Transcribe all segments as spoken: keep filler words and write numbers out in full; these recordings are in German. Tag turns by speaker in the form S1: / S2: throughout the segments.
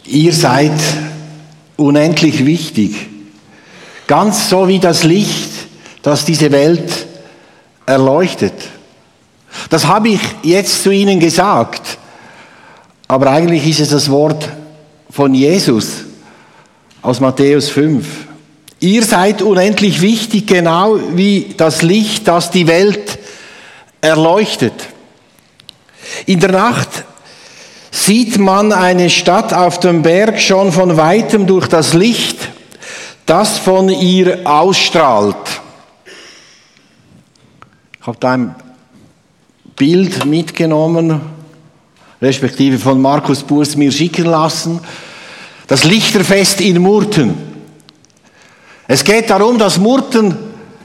S1: Ihr seid unendlich wichtig. Ganz so wie das Licht, das diese Welt erleuchtet. Das habe ich jetzt zu Ihnen gesagt. Aber eigentlich ist es das Wort von Jesus aus Matthäus fünf. Ihr seid unendlich wichtig, genau wie das Licht, das die Welt erleuchtet. In der Nacht sieht man eine Stadt auf dem Berg schon von weitem durch das Licht, das von ihr ausstrahlt. Ich habe da ein Bild mitgenommen, respektive von Markus Burs mir schicken lassen. Das Lichterfest in Murten. Es geht darum, dass Murten,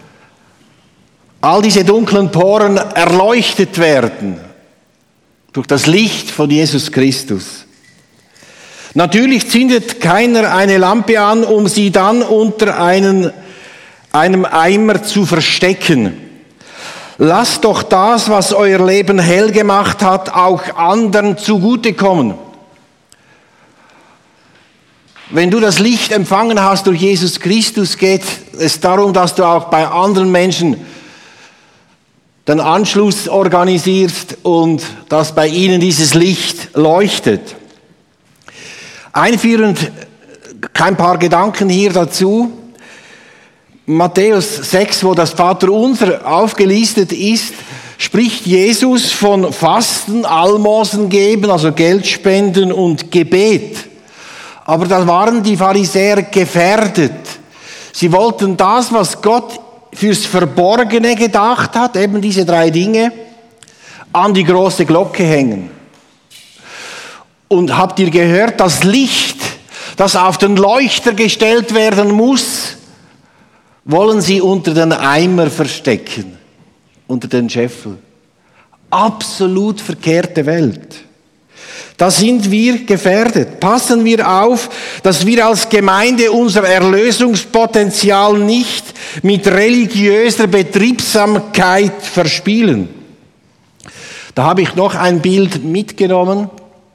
S1: all diese dunklen Poren erleuchtet werden durch das Licht von Jesus Christus. Natürlich zündet keiner eine Lampe an, um sie dann unter einen, einem Eimer zu verstecken. Lasst doch das, was euer Leben hell gemacht hat, auch anderen zugutekommen. Wenn du das Licht empfangen hast durch Jesus Christus, geht es darum, dass du auch bei anderen Menschen den Anschluss organisierst und dass bei ihnen dieses Licht leuchtet. Einführend kein paar Gedanken hier dazu. Matthäus sechs, wo das Vaterunser aufgelistet ist, spricht Jesus von Fasten, Almosen geben, also Geld spenden und Gebet. Aber da waren die Pharisäer gefährdet. Sie wollten das, was Gott fürs Verborgene gedacht hat, eben diese drei Dinge, an die große Glocke hängen. Und habt ihr gehört, das Licht, das auf den Leuchter gestellt werden muss, wollen sie unter den Eimer verstecken, unter den Scheffel. Absolut verkehrte Welt. Da sind wir gefährdet. Passen wir auf, dass wir als Gemeinde unser Erlösungspotenzial nicht mit religiöser Betriebsamkeit verspielen. Da habe ich noch ein Bild mitgenommen.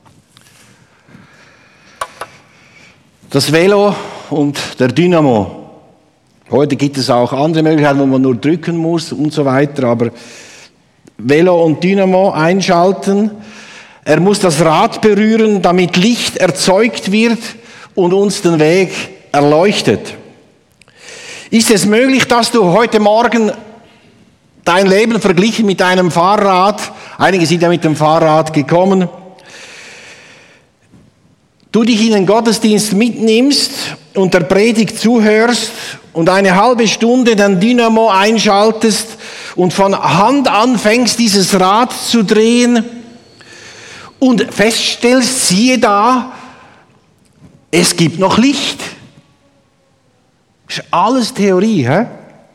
S1: Das Velo und der Dynamo. Heute gibt es auch andere Möglichkeiten, wo man nur drücken muss und so weiter, aber Velo und Dynamo einschalten. Er muss das Rad berühren, damit Licht erzeugt wird und uns den Weg erleuchtet. Ist es möglich, dass du heute Morgen dein Leben verglichen mit einem Fahrrad, einige sind ja mit dem Fahrrad gekommen, du dich in den Gottesdienst mitnimmst und der Predigt zuhörst und eine halbe Stunde den Dynamo einschaltest und von Hand anfängst, dieses Rad zu drehen und feststellst, siehe da, es gibt noch Licht. Das ist alles Theorie, hä?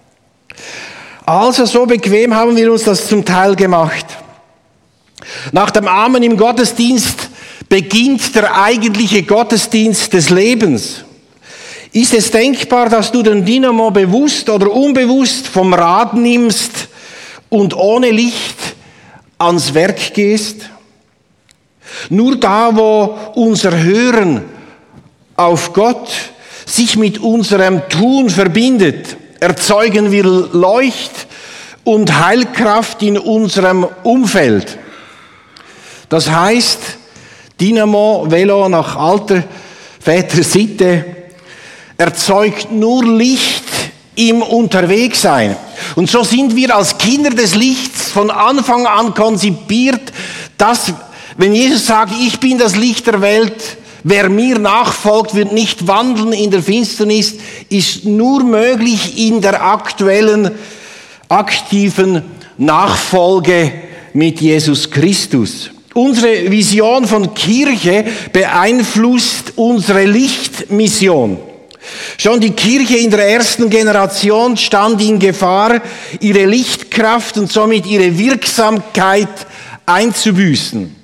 S1: Also so bequem haben wir uns das zum Teil gemacht. Nach dem Amen im Gottesdienst beginnt der eigentliche Gottesdienst des Lebens. Ist es denkbar, dass du den Dynamo bewusst oder unbewusst vom Rad nimmst und ohne Licht ans Werk gehst? Nur da, wo unser Hören auf Gott sich mit unserem Tun verbindet, erzeugen wir Leucht und Heilkraft in unserem Umfeld. Das heißt, Dynamo, Velo nach alter Vätersitte erzeugt nur Licht im Unterwegssein. Und so sind wir als Kinder des Lichts von Anfang an konzipiert, dass, wenn Jesus sagt, ich bin das Licht der Welt, wer mir nachfolgt, wird nicht wandeln in der Finsternis, ist nur möglich in der aktuellen, aktiven Nachfolge mit Jesus Christus. Unsere Vision von Kirche beeinflusst unsere Lichtmission. Schon die Kirche in der ersten Generation stand in Gefahr, ihre Lichtkraft und somit ihre Wirksamkeit einzubüßen.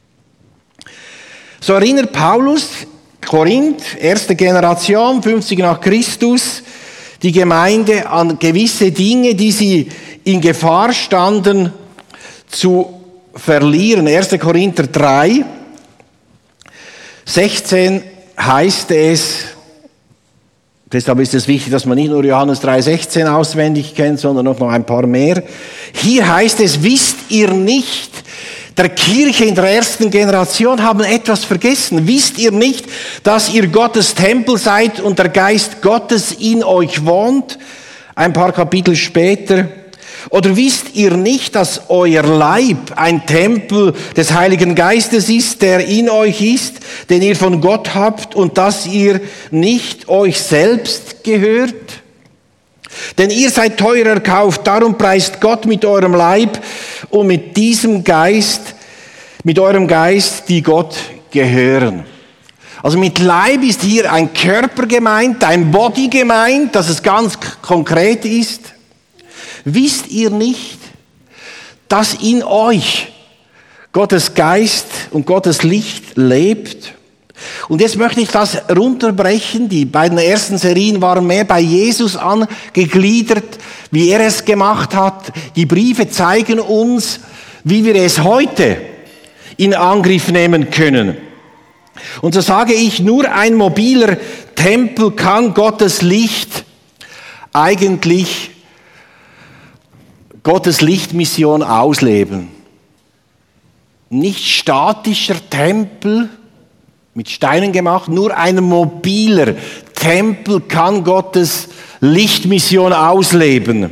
S1: So erinnert Paulus, Korinth, erste Generation, fünfzig nach Christus, die Gemeinde an gewisse Dinge, die sie in Gefahr standen zu verlieren. erster Korinther drei, sechzehn heißt es, deshalb ist es wichtig, dass man nicht nur Johannes drei sechzehn auswendig kennt, sondern noch ein paar mehr. Hier heißt es, wisst ihr nicht, der Kirche in der ersten Generation haben etwas vergessen. Wisst ihr nicht, dass ihr Gottes Tempel seid und der Geist Gottes in euch wohnt? Ein paar Kapitel später. Oder wisst ihr nicht, dass euer Leib ein Tempel des Heiligen Geistes ist, der in euch ist, den ihr von Gott habt und dass ihr nicht euch selbst gehört? Denn ihr seid teuer erkauft, darum preist Gott mit eurem Leib und mit diesem Geist, mit eurem Geist, die Gott gehören. Also mit Leib ist hier ein Körper gemeint, ein Body gemeint, dass es ganz konkret ist. Wisst ihr nicht, dass in euch Gottes Geist und Gottes Licht lebt? Und jetzt möchte ich das runterbrechen. Die beiden ersten Serien waren mehr bei Jesus angegliedert, wie er es gemacht hat. Die Briefe zeigen uns, wie wir es heute in Angriff nehmen können. Und so sage ich, nur ein mobiler Tempel kann Gottes Licht eigentlich Gottes Lichtmission ausleben. Nicht statischer Tempel, mit Steinen gemacht, nur ein mobiler Tempel kann Gottes Lichtmission ausleben.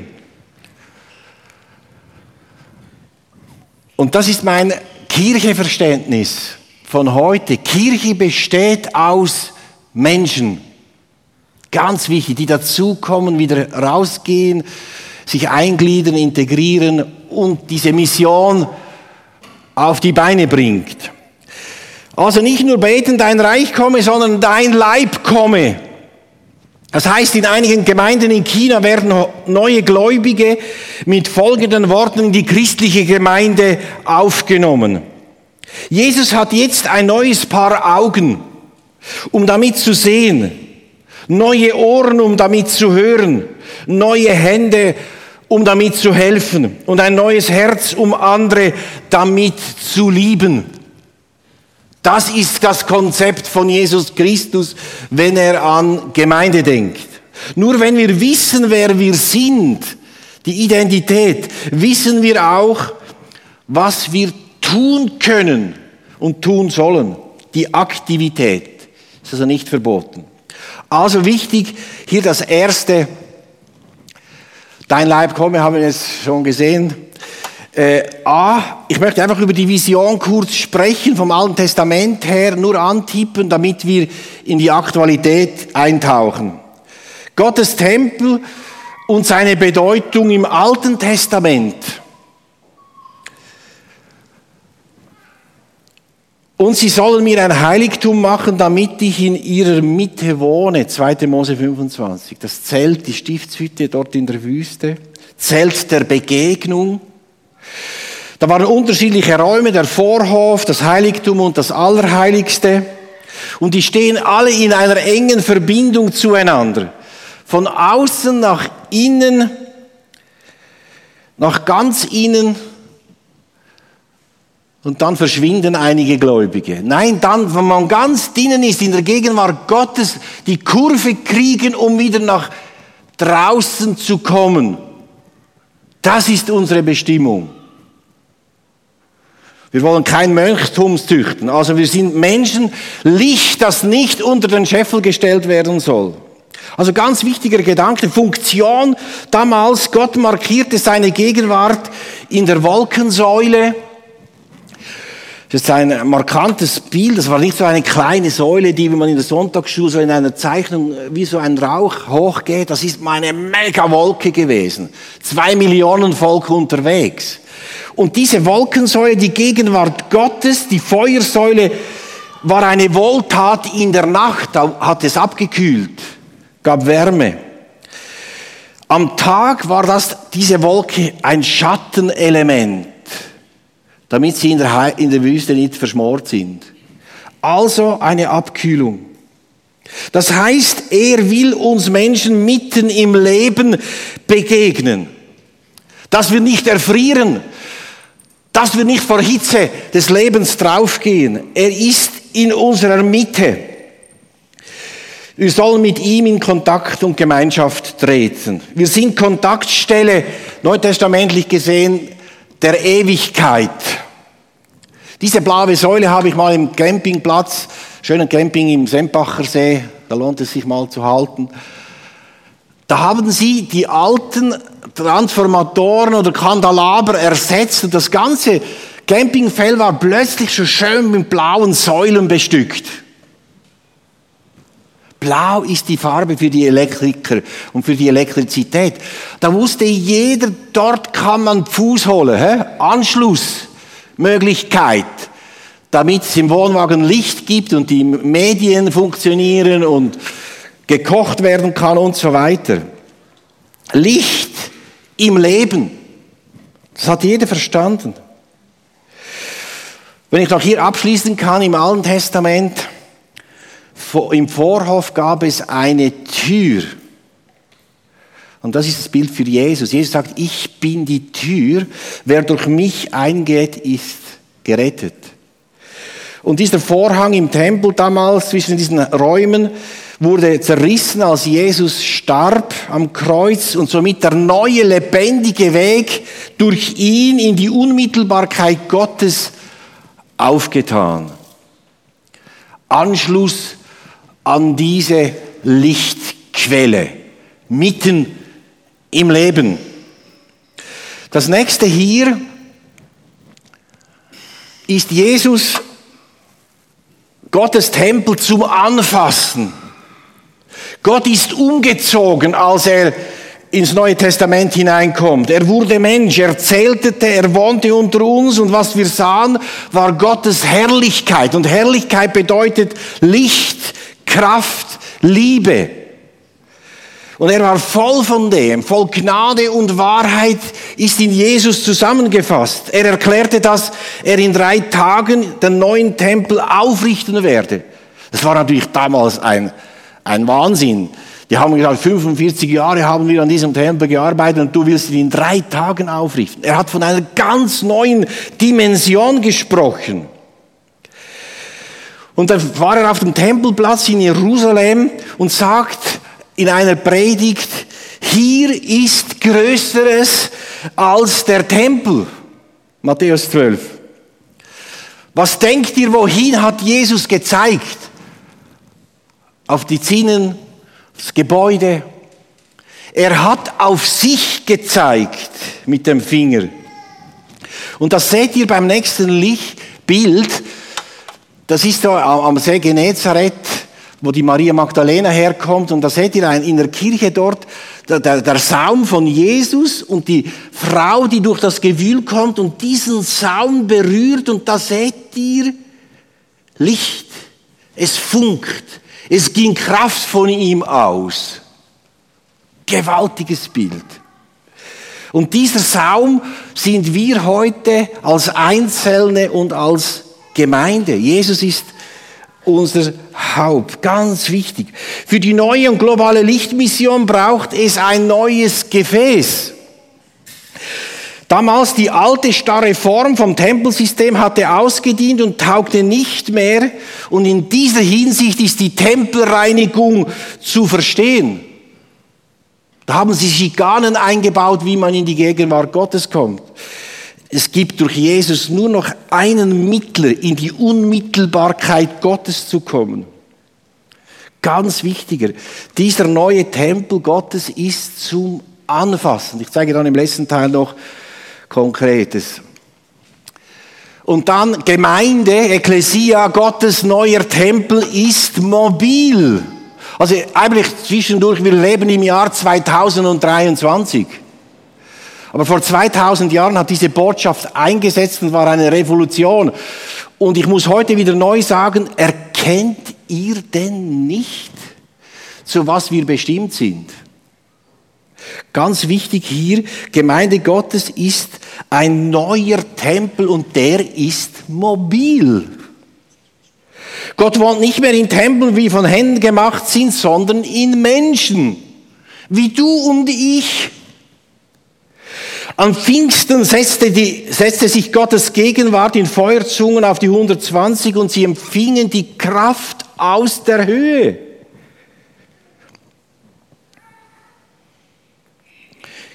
S1: Und das ist mein Kircheverständnis von heute. Kirche besteht aus Menschen. Ganz wichtig, die dazukommen, wieder rausgehen, sich eingliedern, integrieren und diese Mission auf die Beine bringt. Also nicht nur beten, dein Reich komme, sondern dein Leib komme. Das heißt, in einigen Gemeinden in China werden neue Gläubige mit folgenden Worten in die christliche Gemeinde aufgenommen. Jesus hat jetzt ein neues Paar Augen, um damit zu sehen, neue Ohren, um damit zu hören, neue Hände, um damit zu helfen und ein neues Herz, um andere damit zu lieben. Das ist das Konzept von Jesus Christus, wenn er an Gemeinde denkt. Nur wenn wir wissen, wer wir sind, die Identität, wissen wir auch, was wir tun können und tun sollen. Die Aktivität ist also nicht verboten. Also wichtig, hier das Erste, dein Leib komme, haben wir jetzt schon gesehen. Äh, A, ich möchte einfach über die Vision kurz sprechen, vom Alten Testament her, nur antippen, damit wir in die Aktualität eintauchen. Gottes Tempel und seine Bedeutung im Alten Testament. Und sie sollen mir ein Heiligtum machen, damit ich in ihrer Mitte wohne. zweiter Mose fünfundzwanzig. Das Zelt, die Stiftshütte dort in der Wüste. Zelt der Begegnung. Da waren unterschiedliche Räume, der Vorhof, das Heiligtum und das Allerheiligste. Und die stehen alle in einer engen Verbindung zueinander. Von außen nach innen, nach ganz innen. Und dann verschwinden einige Gläubige. Nein, dann, wenn man ganz drinnen ist, in der Gegenwart Gottes, die Kurve kriegen, um wieder nach draußen zu kommen. Das ist unsere Bestimmung. Wir wollen kein Mönchtum züchten. Also wir sind Menschen, Licht, das nicht unter den Scheffel gestellt werden soll. Also ganz wichtiger Gedanke, Funktion. Damals, Gott markierte seine Gegenwart in der Wolkensäule. Das ist ein markantes Bild. Das war nicht so eine kleine Säule, die, wenn man in der Sonntagsschule so in einer Zeichnung wie so ein Rauch hochgeht. Das ist mal eine mega Wolke gewesen. Zwei Millionen Volk unterwegs. Und diese Wolkensäule, die Gegenwart Gottes, die Feuersäule, war eine Wohltat in der Nacht. Da hat es abgekühlt, gab Wärme. Am Tag war das, diese Wolke ein Schattenelement, damit sie in der, in der Wüste nicht verschmort sind. Also eine Abkühlung. Das heißt, er will uns Menschen mitten im Leben begegnen. Dass wir nicht erfrieren, dass wir nicht vor Hitze des Lebens draufgehen. Er ist in unserer Mitte. Wir sollen mit ihm in Kontakt und Gemeinschaft treten. Wir sind Kontaktstelle, neutestamentlich gesehen, der Ewigkeit. Diese blaue Säule habe ich mal im Campingplatz, schönen Camping im Sempacher See, da lohnt es sich mal zu halten. Da haben sie die alten Transformatoren oder Kandelaber ersetzt und das ganze Campingfeld war plötzlich schon schön mit blauen Säulen bestückt. Blau ist die Farbe für die Elektriker und für die Elektrizität. Da wusste jeder, dort kann man Fuß holen, hä? Anschlussmöglichkeit, damit es im Wohnwagen Licht gibt und die Medien funktionieren und gekocht werden kann und so weiter. Licht im Leben. Das hat jeder verstanden. Wenn ich noch hier abschließen kann, im Alten Testament, im Vorhof gab es eine Tür. Und das ist das Bild für Jesus. Jesus sagt, ich bin die Tür. Wer durch mich eingeht, ist gerettet. Und dieser Vorhang im Tempel damals zwischen diesen Räumen wurde zerrissen, als Jesus starb am Kreuz und somit der neue, lebendige Weg durch ihn in die Unmittelbarkeit Gottes aufgetan. Anschluss an diese Lichtquelle, mitten im Leben. Das nächste hier ist Jesus, Gottes Tempel zum Anfassen. Gott ist umgezogen, als er ins Neue Testament hineinkommt. Er wurde Mensch, er zeltete, er wohnte unter uns und was wir sahen, war Gottes Herrlichkeit. Und Herrlichkeit bedeutet Licht, Kraft, Liebe. Und er war voll von dem, voll Gnade und Wahrheit ist in Jesus zusammengefasst. Er erklärte, dass er in drei Tagen den neuen Tempel aufrichten werde. Das war natürlich damals ein, ein Wahnsinn. Die haben gesagt, fünfundvierzig Jahre haben wir an diesem Tempel gearbeitet und du willst ihn in drei Tagen aufrichten. Er hat von einer ganz neuen Dimension gesprochen. Und dann war er auf dem Tempelplatz in Jerusalem und sagt in einer Predigt, hier ist Größeres als der Tempel. Matthäus zwölf. Was denkt ihr, wohin hat Jesus gezeigt? Auf die Zinnen, das Gebäude. Er hat auf sich gezeigt mit dem Finger. Und das seht ihr beim nächsten Bild. Das ist da am See Genezareth, wo die Maria Magdalena herkommt. Und da seht ihr in der Kirche dort der, der, der Saum von Jesus und die Frau, die durch das Gewühl kommt und diesen Saum berührt. Und da seht ihr Licht. Es funkt. Es ging Kraft von ihm aus. Gewaltiges Bild. Und dieser Saum sind wir heute als Einzelne und als Gemeinde. Jesus ist unser Haupt. Ganz wichtig. Für die neue und globale Lichtmission braucht es ein neues Gefäß. Damals die alte starre Form vom Tempelsystem hatte ausgedient und taugte nicht mehr. Und in dieser Hinsicht ist die Tempelreinigung zu verstehen. Da haben sie Schikanen eingebaut, wie man in die Gegenwart Gottes kommt. Es gibt durch Jesus nur noch einen Mittler, in die Unmittelbarkeit Gottes zu kommen. Ganz wichtiger, dieser neue Tempel Gottes ist zum Anfassen. Ich zeige dann im letzten Teil noch Konkretes. Und dann Gemeinde, Ekklesia, Gottes neuer Tempel ist mobil. Also eigentlich zwischendurch, wir leben im Jahr zweitausenddreiundzwanzig. Aber vor zweitausend Jahren hat diese Botschaft eingesetzt und war eine Revolution. Und ich muss heute wieder neu sagen, erkennt ihr denn nicht, zu was wir bestimmt sind? Ganz wichtig hier, Gemeinde Gottes ist ein neuer Tempel und der ist mobil. Gott wohnt nicht mehr in Tempeln, wie von Händen gemacht sind, sondern in Menschen, wie du und ich. Am Pfingsten setzte, die, setzte sich Gottes Gegenwart in Feuerzungen auf die hundertzwanzig und sie empfingen die Kraft aus der Höhe.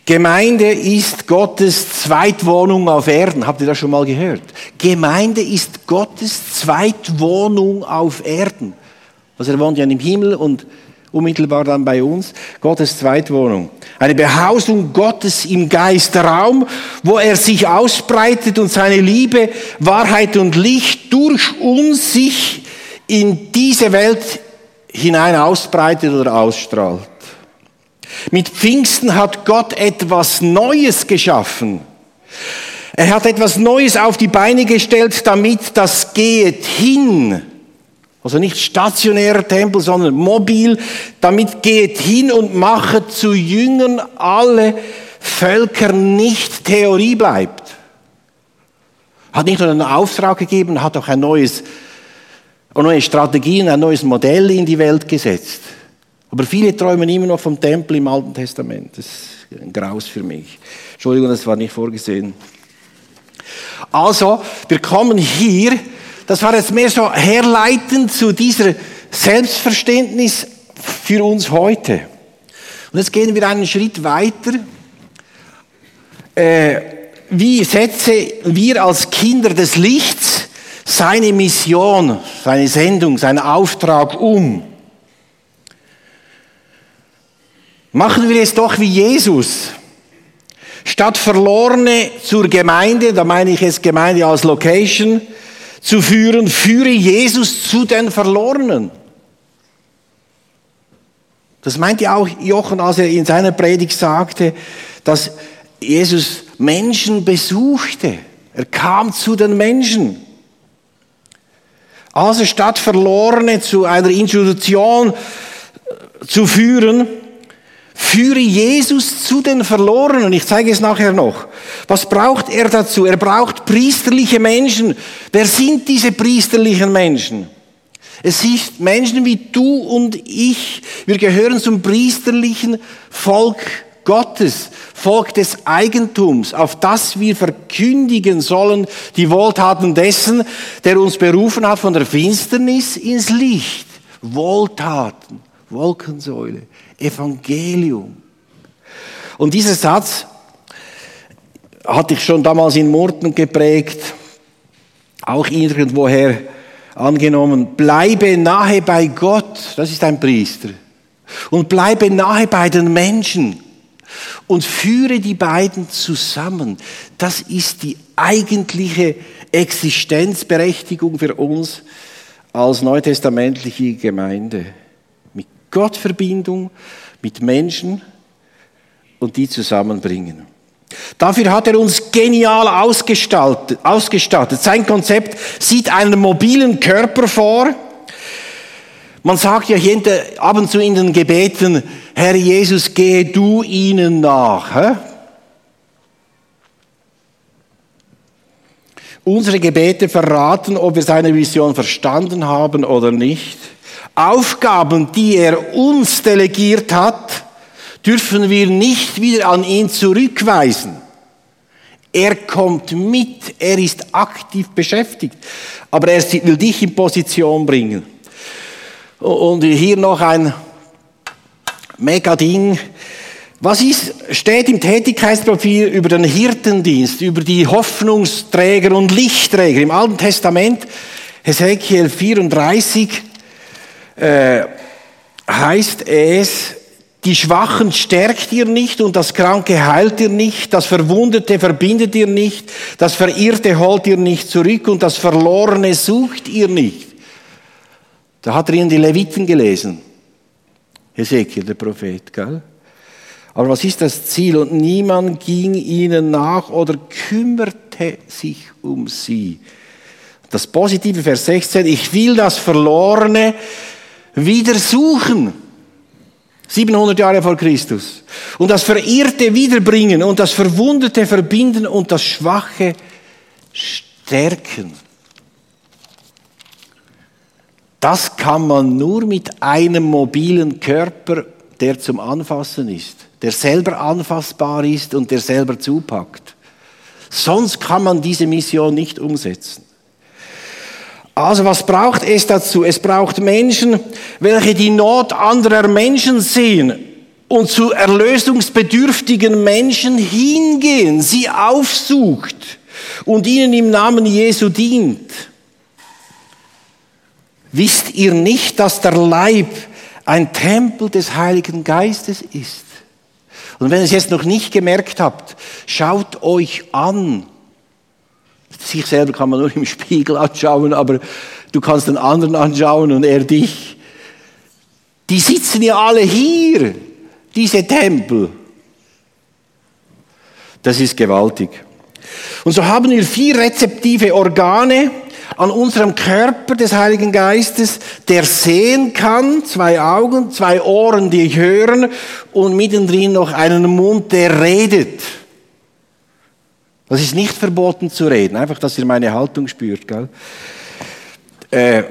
S1: Gemeinde ist Gottes Zweitwohnung auf Erden. Habt ihr das schon mal gehört? Gemeinde ist Gottes Zweitwohnung auf Erden. Also er wohnt ja im Himmel und unmittelbar dann bei uns. Gottes Zweitwohnung. Eine Behausung Gottes im Geisterraum, wo er sich ausbreitet und seine Liebe, Wahrheit und Licht durch uns sich in diese Welt hinein ausbreitet oder ausstrahlt. Mit Pfingsten hat Gott etwas Neues geschaffen. Er hat etwas Neues auf die Beine gestellt, damit das geht hin. Also nicht stationärer Tempel, sondern mobil. Damit geht hin und mache zu Jüngern alle Völker, nicht Theorie bleibt. Hat nicht nur einen Auftrag gegeben, hat auch ein neues, eine neue Strategien, ein neues Modell in die Welt gesetzt. Aber viele träumen immer noch vom Tempel im Alten Testament. Das ist ein Graus für mich. Entschuldigung, das war nicht vorgesehen. Also, wir kommen hier, das war jetzt mehr so herleitend zu dieser Selbstverständnis für uns heute. Und jetzt gehen wir einen Schritt weiter. Äh, wie setzen wir als Kinder des Lichts seine Mission, seine Sendung, seinen Auftrag um? Machen wir es doch wie Jesus. Statt Verlorene zur Gemeinde, da meine ich jetzt Gemeinde als Location, zu führen, führe Jesus zu den Verlorenen. Das meinte auch Jochen, als er in seiner Predigt sagte, dass Jesus Menschen besuchte. Er kam zu den Menschen. Also statt Verlorene zu einer Institution zu führen, führe Jesus zu den Verlorenen. Ich zeige es nachher noch. Was braucht er dazu? Er braucht priesterliche Menschen. Wer sind diese priesterlichen Menschen? Es sind Menschen wie du und ich. Wir gehören zum priesterlichen Volk Gottes, Volk des Eigentums, auf das wir verkündigen sollen die Wohltaten dessen, der uns berufen hat von der Finsternis ins Licht. Wohltaten, Wolkensäule, Evangelium. Und dieser Satz hatte ich schon damals in Murten geprägt, auch irgendwoher angenommen. Bleibe nahe bei Gott, das ist ein Priester. Und bleibe nahe bei den Menschen und führe die beiden zusammen. Das ist die eigentliche Existenzberechtigung für uns als neutestamentliche Gemeinde. Gottverbindung mit Menschen und die zusammenbringen. Dafür hat er uns genial ausgestaltet, ausgestattet. Sein Konzept sieht einen mobilen Körper vor. Man sagt ja hier ab und zu in den Gebeten, Herr Jesus, gehe du ihnen nach. Hä? Unsere Gebete verraten, ob wir seine Vision verstanden haben oder nicht. Aufgaben, die er uns delegiert hat, dürfen wir nicht wieder an ihn zurückweisen. Er kommt mit, er ist aktiv beschäftigt, aber er will dich in Position bringen. Und hier noch ein Mega-Ding. Was ist, steht im Tätigkeitsprofil über den Hirtendienst, über die Hoffnungsträger und Lichtträger im Alten Testament? Hesekiel vierunddreißig äh, heißt es, die Schwachen stärkt ihr nicht und das Kranke heilt ihr nicht, das Verwundete verbindet ihr nicht, das Verirrte holt ihr nicht zurück und das Verlorene sucht ihr nicht. Da hat er ihnen die Leviten gelesen. Hesekiel, der Prophet, gell? Aber was ist das Ziel? Und niemand ging ihnen nach oder kümmerte sich um sie. Das positive Vers sechzehn, ich will das Verlorene wieder suchen. siebenhundert Jahre vor Christus. Und das Verirrte wiederbringen und das Verwundete verbinden und das Schwache stärken. Das kann man nur mit einem mobilen Körper, der zum Anfassen ist, der selber anfassbar ist und der selber zupackt. Sonst kann man diese Mission nicht umsetzen. Also was braucht es dazu? Es braucht Menschen, welche die Not anderer Menschen sehen und zu erlösungsbedürftigen Menschen hingehen, sie aufsucht und ihnen im Namen Jesu dient. Wisst ihr nicht, dass der Leib ein Tempel des Heiligen Geistes ist? Und wenn ihr es jetzt noch nicht gemerkt habt, schaut euch an. Sich selber kann man nur im Spiegel anschauen, aber du kannst den anderen anschauen und er dich. Die sitzen ja alle hier, diese Tempel. Das ist gewaltig. Und so haben wir vier rezeptive Organe an unserem Körper des Heiligen Geistes, der sehen kann, zwei Augen, zwei Ohren, die hören und mittendrin noch einen Mund, der redet. Das ist nicht verboten zu reden, einfach, dass ihr meine Haltung spürt. Gell? Äh,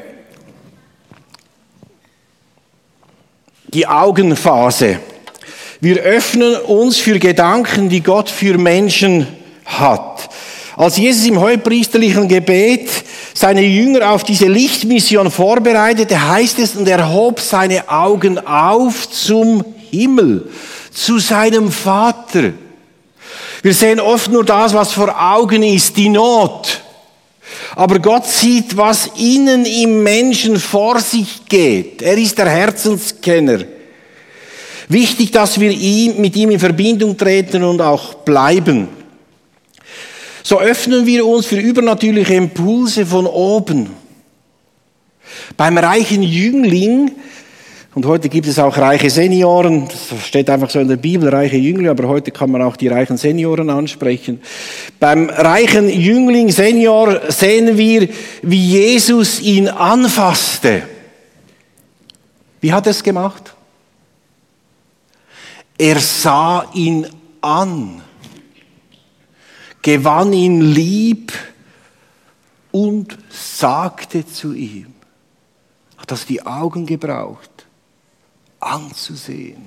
S1: die Augenphase. Wir öffnen uns für Gedanken, die Gott für Menschen hat. Als Jesus im hohepriesterlichen Gebet seine Jünger auf diese Lichtmission vorbereitete, heißt es, und er hob seine Augen auf zum Himmel, zu seinem Vater. Wir sehen oft nur das, was vor Augen ist, die Not. Aber Gott sieht, was innen im Menschen vor sich geht. Er ist der Herzenskenner. Wichtig, dass wir ihm, mit ihm in Verbindung treten und auch bleiben. So öffnen wir uns für übernatürliche Impulse von oben. Beim reichen Jüngling, und heute gibt es auch reiche Senioren, das steht einfach so in der Bibel, reiche Jünglinge, aber heute kann man auch die reichen Senioren ansprechen. Beim reichen Jüngling, Senior, sehen wir, wie Jesus ihn anfasste. Wie hat er es gemacht? Er sah ihn an, gewann ihn lieb und sagte zu ihm. Hat das die Augen gebraucht, anzusehen.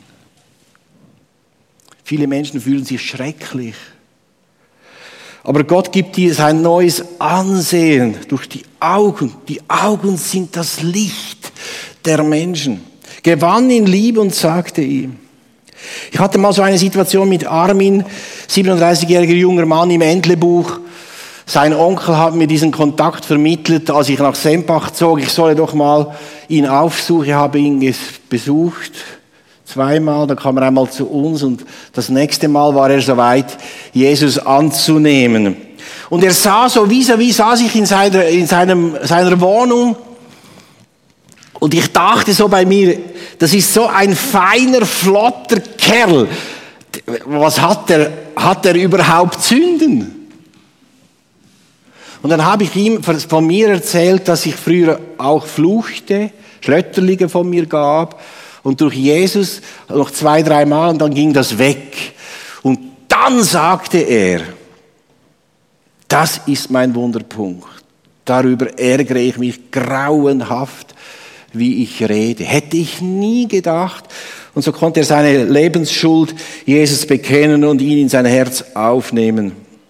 S1: Viele Menschen fühlen sich schrecklich. Aber Gott gibt dir sein neues Ansehen durch die Augen. Die Augen sind das Licht der Menschen. Gewann ihn lieb und sagte ihm. Ich hatte mal so eine Situation mit Armin, siebenunddreißigjähriger junger Mann im Entlebuch. Sein Onkel hat mir diesen Kontakt vermittelt, als ich nach Sempach zog. Ich solle doch mal ihn aufsuchen. Ich habe ihn besucht, zweimal. Dann kam er einmal zu uns und das nächste Mal war er soweit, Jesus anzunehmen. Und er sah so vis-à-vis, saß ich in seiner, in seinem, seiner Wohnung. Und ich dachte so bei mir, das ist so ein feiner, flotter Kerl. Was hat der, hat der überhaupt Sünden? Und dann habe ich ihm von mir erzählt, dass ich früher auch fluchte, Schlötterlinge von mir gab und durch Jesus noch zwei, drei Mal und dann ging das weg. Und dann sagte er, das ist mein Wunderpunkt. Darüber ärgere ich mich grauenhaft, wie ich rede. Hätte ich nie gedacht. Und so konnte er seine Lebensschuld Jesus bekennen und ihn in sein Herz aufnehmen.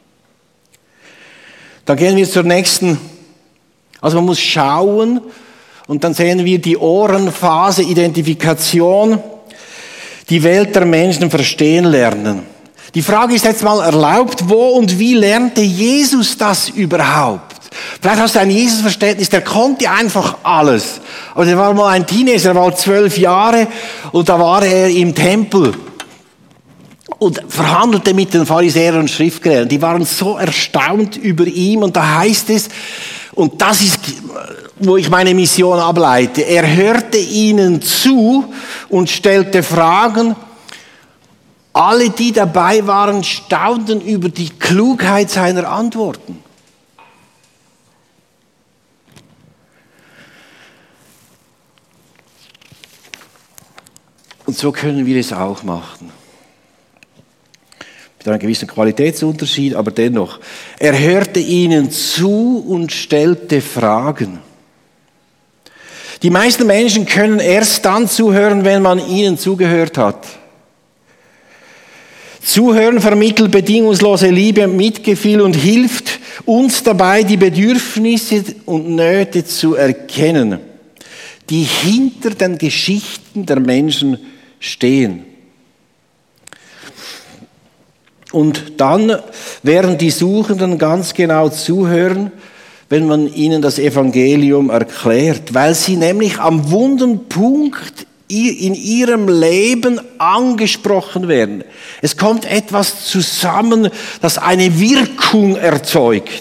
S1: Dann gehen wir zur nächsten. Also man muss schauen und dann sehen wir die Ohrenphase, Identifikation, die Welt der Menschen verstehen lernen. Die Frage ist jetzt mal erlaubt, wo und wie lernte Jesus das überhaupt? Vielleicht hast du ein Jesus-Verständnis, der konnte einfach alles. Aber er war mal ein Teenager, er war zwölf Jahre und da war er im Tempel und verhandelte mit den Pharisäern und Schriftgelehrten. Die waren so erstaunt über ihn und da heißt es, und das ist, wo ich meine Mission ableite, er hörte ihnen zu und stellte Fragen. Alle, die dabei waren, staunten über die Klugheit seiner Antworten. Und so können wir es auch machen. Mit einem gewissen Qualitätsunterschied, aber dennoch. Er hörte ihnen zu und stellte Fragen. Die meisten Menschen können erst dann zuhören, wenn man ihnen zugehört hat. Zuhören vermittelt bedingungslose Liebe und Mitgefühl und hilft uns dabei, die Bedürfnisse und Nöte zu erkennen, die hinter den Geschichten der Menschen stehen. Und dann werden die Suchenden ganz genau zuhören, wenn man ihnen das Evangelium erklärt, weil sie nämlich am wunden Punkt in ihrem Leben angesprochen werden. Es kommt etwas zusammen, das eine Wirkung erzeugt.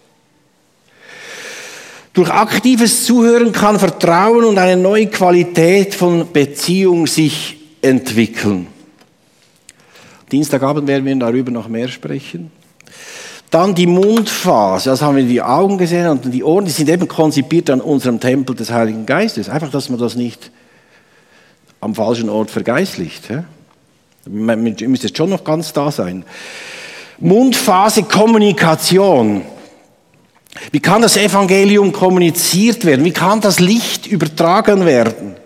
S1: Durch aktives Zuhören kann Vertrauen und eine neue Qualität von Beziehung sich entwickeln. Dienstagabend werden wir darüber noch mehr sprechen. Dann die Mundphase, das haben wir die Augen gesehen und die Ohren, die sind eben konzipiert an unserem Tempel des Heiligen Geistes. Einfach, dass man das nicht am falschen Ort vergeistlicht. Man müsste jetzt schon noch ganz da sein. Mundphase, Kommunikation. Wie kann das Evangelium kommuniziert werden? Wie kann das Licht übertragen werden?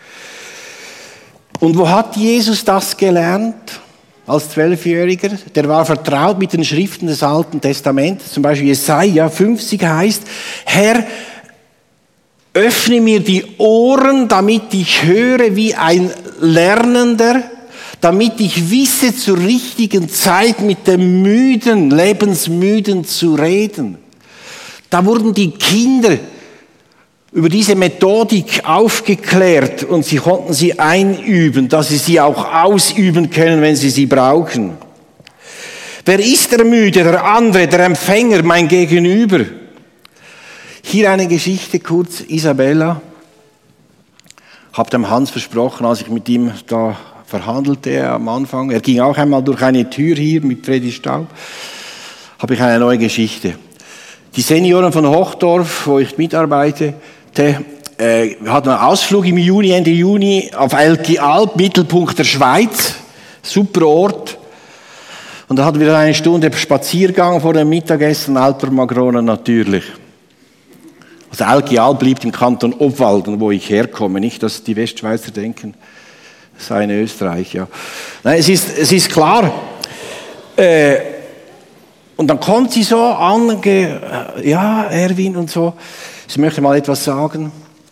S1: Und wo hat Jesus das gelernt? Als Zwölfjähriger, der war vertraut mit den Schriften des Alten Testaments, zum Beispiel Jesaja fünfzig heißt, Herr, öffne mir die Ohren, damit ich höre wie ein Lernender, damit ich wisse zur richtigen Zeit mit dem Müden, Lebensmüden zu reden. Da wurden die Kinder über diese Methodik aufgeklärt und sie konnten sie einüben, dass sie sie auch ausüben können, wenn sie sie brauchen. Wer ist der Müde, der andere, der Empfänger, mein Gegenüber? Hier eine Geschichte kurz, Isabella. Hab dem Hans versprochen, als ich mit ihm da verhandelte am Anfang, er ging auch einmal durch eine Tür hier mit Freddy Staub, habe ich eine neue Geschichte. Die Senioren von Hochdorf, wo ich mitarbeite, äh, hatten einen Ausflug im Juni, Ende Juni auf Elki Alp, Mittelpunkt der Schweiz, super Ort. Und da hatten wir eine Stunde Spaziergang vor dem Mittagessen, Alper Magrona natürlich. Also Elki Alp liegt im Kanton Obwalden, wo ich herkomme, nicht, dass die Westschweizer denken, das sei in Österreich, ja. Nein, es ist, es ist klar, äh, und dann kommt sie so an, ja, Erwin und so, sie möchte mal etwas sagen.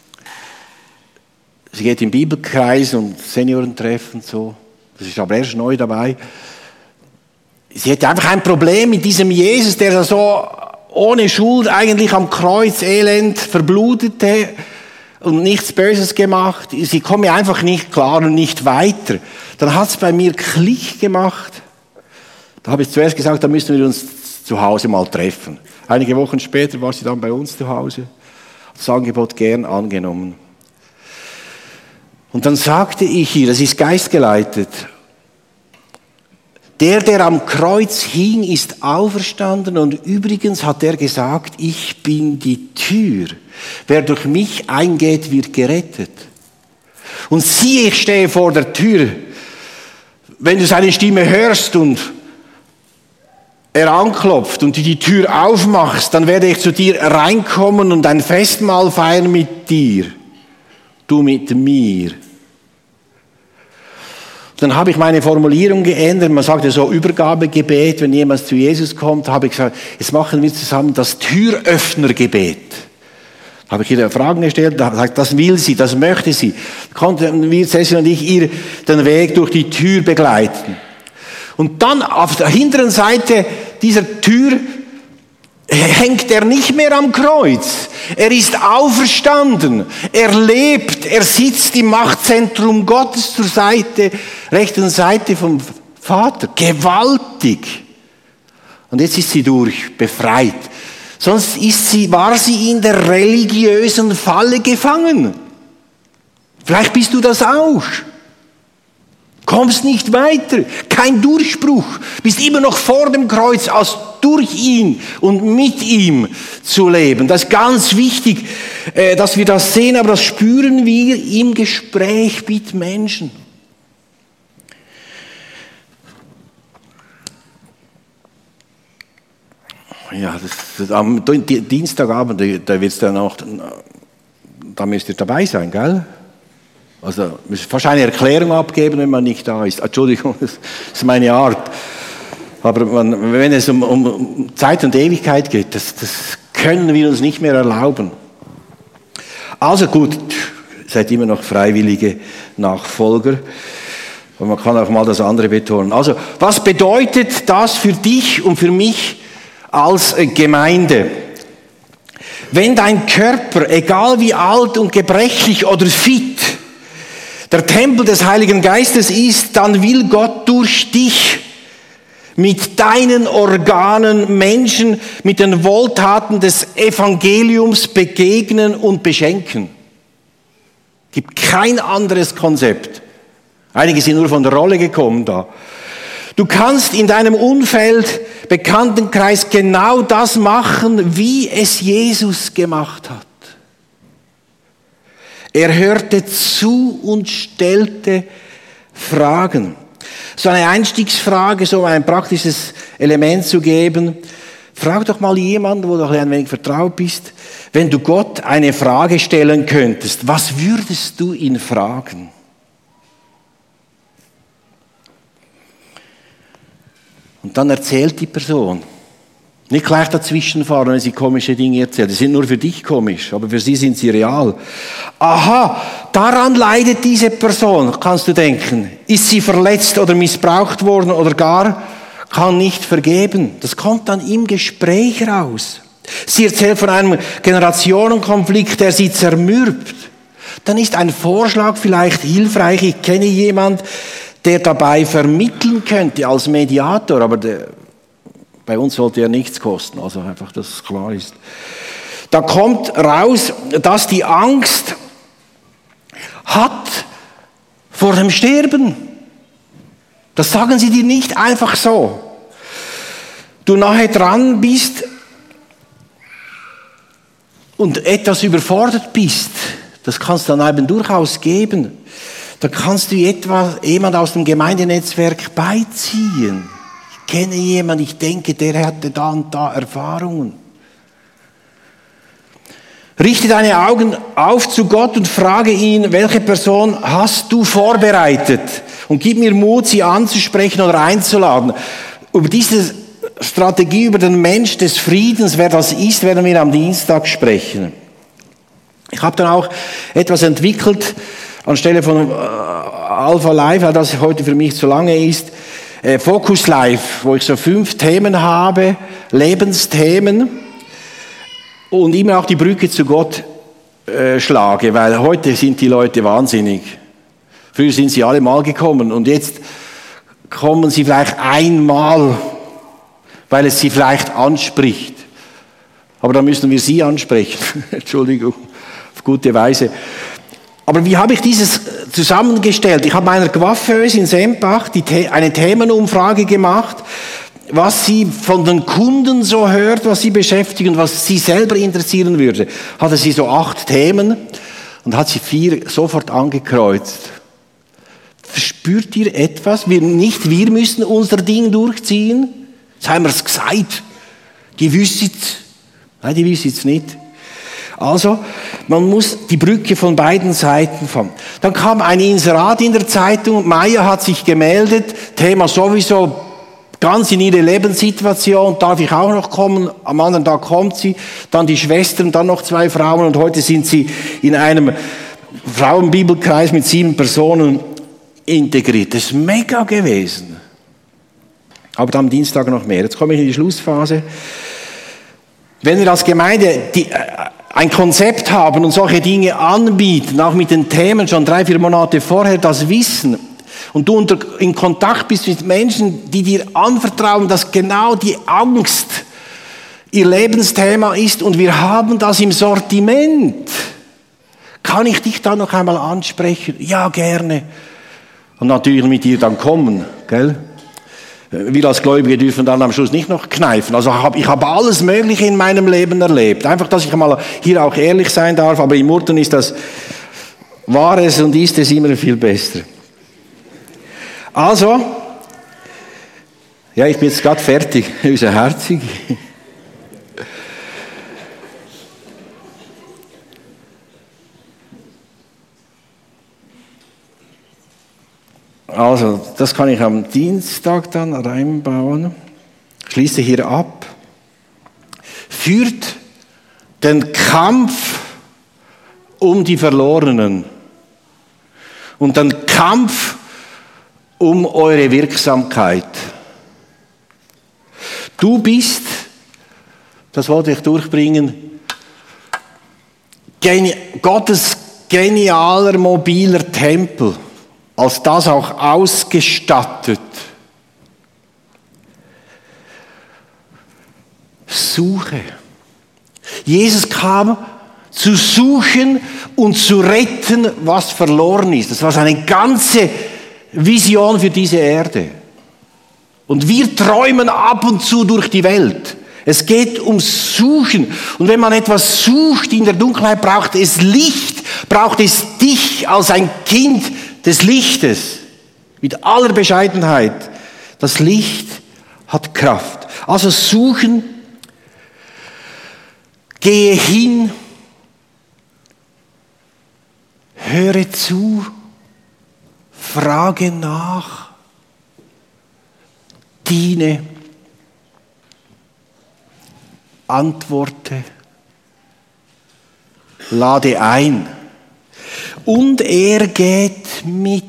S1: Sie geht im Bibelkreis und Seniorentreffen so, das ist aber erst neu dabei. Sie hätte einfach ein Problem mit diesem Jesus, der da so ohne Schuld eigentlich am Kreuz elend verblutete und nichts Böses gemacht. Sie komme einfach nicht klar und nicht weiter. Dann hat es bei mir Klick gemacht. Da habe ich zuerst gesagt, da müssen wir uns zu Hause mal treffen. Einige Wochen später war sie dann bei uns zu Hause. Das Angebot gern angenommen. Und dann sagte ich ihr, das ist geistgeleitet, der, der am Kreuz hing, ist auferstanden und übrigens hat er gesagt, ich bin die Tür. Wer durch mich eingeht, wird gerettet. Und siehe, ich stehe vor der Tür. Wenn du seine Stimme hörst und er anklopft und du die Tür aufmachst, dann werde ich zu dir reinkommen und ein Festmahl feiern mit dir. Du mit mir. Dann habe ich meine Formulierung geändert. Man sagt ja so Übergabegebet, wenn jemand zu Jesus kommt, habe ich gesagt, jetzt machen wir zusammen das Türöffnergebet. Da habe ich ihr Fragen gestellt, da habe ich gesagt, das will sie, das möchte sie. Da konnten wir, Cecil und ich, ihr den Weg durch die Tür begleiten. Und dann auf der hinteren Seite dieser Tür hängt er nicht mehr am Kreuz. Er ist auferstanden. Er lebt. Er sitzt im Machtzentrum Gottes zur Seite, rechten Seite vom Vater. Gewaltig. Und jetzt ist sie durch, befreit. Sonst ist sie, war sie in der religiösen Falle gefangen. Vielleicht bist du das auch. Kommst nicht weiter, kein Durchbruch, bist immer noch vor dem Kreuz, als durch ihn und mit ihm zu leben. Das ist ganz wichtig, dass wir das sehen, aber das spüren wir im Gespräch mit Menschen. Ja, das, das, am Dienstagabend, da wird's dann auch, da müsst ihr dabei sein, gell? Also, müsst fast eine Erklärung abgeben, wenn man nicht da ist. Entschuldigung, das ist meine Art. Aber man, wenn es um, um Zeit und Ewigkeit geht, das, das können wir uns nicht mehr erlauben. Also gut, seid immer noch freiwillige Nachfolger. Und man kann auch mal das andere betonen. Also, was bedeutet das für dich und für mich als Gemeinde? Wenn dein Körper, egal wie alt und gebrechlich oder fit, der Tempel des Heiligen Geistes ist, dann will Gott durch dich mit deinen Organen Menschen mit den Wohltaten des Evangeliums begegnen und beschenken. Es gibt kein anderes Konzept. Einige sind nur von der Rolle gekommen da. Du kannst in deinem Umfeld, Bekanntenkreis genau das machen, wie es Jesus gemacht hat. Er hörte zu und stellte Fragen. So eine Einstiegsfrage, so ein praktisches Element zu geben. Frag doch mal jemanden, wo du ein wenig vertraut bist, wenn du Gott eine Frage stellen könntest, was würdest du ihn fragen? Und dann erzählt die Person. Nicht gleich dazwischen fahren, wenn sie komische Dinge erzählt. Die sind nur für dich komisch, aber für sie sind sie real. Aha, daran leidet diese Person, kannst du denken. Ist sie verletzt oder missbraucht worden oder gar kann nicht vergeben. Das kommt dann im Gespräch raus. Sie erzählt von einem Generationenkonflikt, der sie zermürbt. Dann ist ein Vorschlag vielleicht hilfreich. Ich kenne jemanden, der dabei vermitteln könnte als Mediator, aber der, bei uns sollte er nichts kosten, also einfach, dass es klar ist. Da kommt raus, dass die Angst hat vor dem Sterben. Das sagen sie dir nicht einfach so. Du nahe dran bist und etwas überfordert bist, das kannst du dann eben durchaus geben. Da kannst du etwa jemand aus dem Gemeindenetzwerk beiziehen. Ich kenne jemanden, ich denke, der hatte da und da Erfahrungen. Richte deine Augen auf zu Gott und frage ihn, welche Person hast du vorbereitet? Und gib mir Mut, sie anzusprechen oder einzuladen. Über diese Strategie, über den Mensch des Friedens, wer das ist, werden wir am Dienstag sprechen. Ich habe dann auch etwas entwickelt, anstelle von äh, Alpha Live, weil das heute für mich zu lange ist, äh, Focus Live, wo ich so fünf Themen habe, Lebensthemen und immer auch die Brücke zu Gott äh, schlage, weil heute sind die Leute wahnsinnig. Früher sind sie alle mal gekommen und jetzt kommen sie vielleicht einmal, weil es sie vielleicht anspricht. Aber dann müssen wir sie ansprechen. Entschuldigung, auf gute Weise. Aber wie habe ich dieses zusammengestellt? Ich habe meiner Coiffeuse in Sempach die, eine Themenumfrage gemacht, was sie von den Kunden so hört, was sie beschäftigt und was sie selber interessieren würde. Hatte sie so acht Themen und hat sie vier sofort angekreuzt. Verspürt ihr etwas? Wir, nicht wir müssen unser Ding durchziehen. Jetzt haben wir es gesagt. Die wissen es. Nein, die wissen es nicht. Also, man muss die Brücke von beiden Seiten fahren. Dann kam ein Inserat in der Zeitung, Maya hat sich gemeldet, Thema sowieso ganz in ihre Lebenssituation, darf ich auch noch kommen? Am anderen Tag kommt sie, dann die Schwestern, dann noch zwei Frauen und heute sind sie in einem Frauenbibelkreis mit sieben Personen integriert. Das ist mega gewesen. Aber dann am Dienstag noch mehr. Jetzt komme ich in die Schlussphase. Wenn wir als Gemeinde die, äh, ein Konzept haben und solche Dinge anbieten, auch mit den Themen schon drei, vier Monate vorher das Wissen und du unter, in Kontakt bist mit Menschen, die dir anvertrauen, dass genau die Angst ihr Lebensthema ist und wir haben das im Sortiment, kann ich dich da noch einmal ansprechen? Ja, gerne. Und natürlich mit dir dann kommen, gell? Wir als Gläubige dürfen dann am Schluss nicht noch kneifen. Also hab, ich habe alles Mögliche in meinem Leben erlebt. Einfach, dass ich mal hier auch ehrlich sein darf. Aber im Murten ist das, war es und ist es immer viel besser. Also, ja, ich bin jetzt gerade fertig. Unser Herzig. Also, das kann ich am Dienstag dann reinbauen. Schließe hier ab. Führt den Kampf um die Verlorenen und den Kampf um eure Wirksamkeit. Du bist, das wollte ich durchbringen, geni- Gottes genialer mobiler Tempel, als das auch ausgestattet. Suche. Jesus kam zu suchen und zu retten, was verloren ist. Das war seine ganze Vision für diese Erde. Und wir träumen ab und zu durch die Welt. Es geht ums Suchen. Und wenn man etwas sucht in der Dunkelheit, braucht es Licht, braucht es dich als ein Kind des Lichtes. Mit aller Bescheidenheit. Das Licht hat Kraft. Also suchen, gehe hin, höre zu, frage nach, diene, antworte, lade ein. Und er geht mit.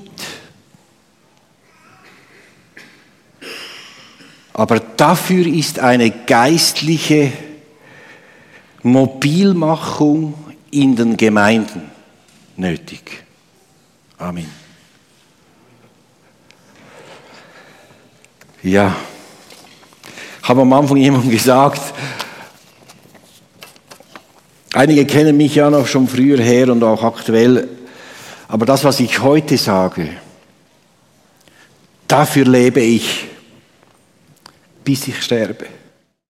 S1: Aber dafür ist eine geistliche Mobilmachung in den Gemeinden nötig. Amen. Ja, ich habe am Anfang jemandem gesagt, einige kennen mich ja noch schon früher her und auch aktuell, aber das, was ich heute sage, dafür lebe ich, bis ich sterbe.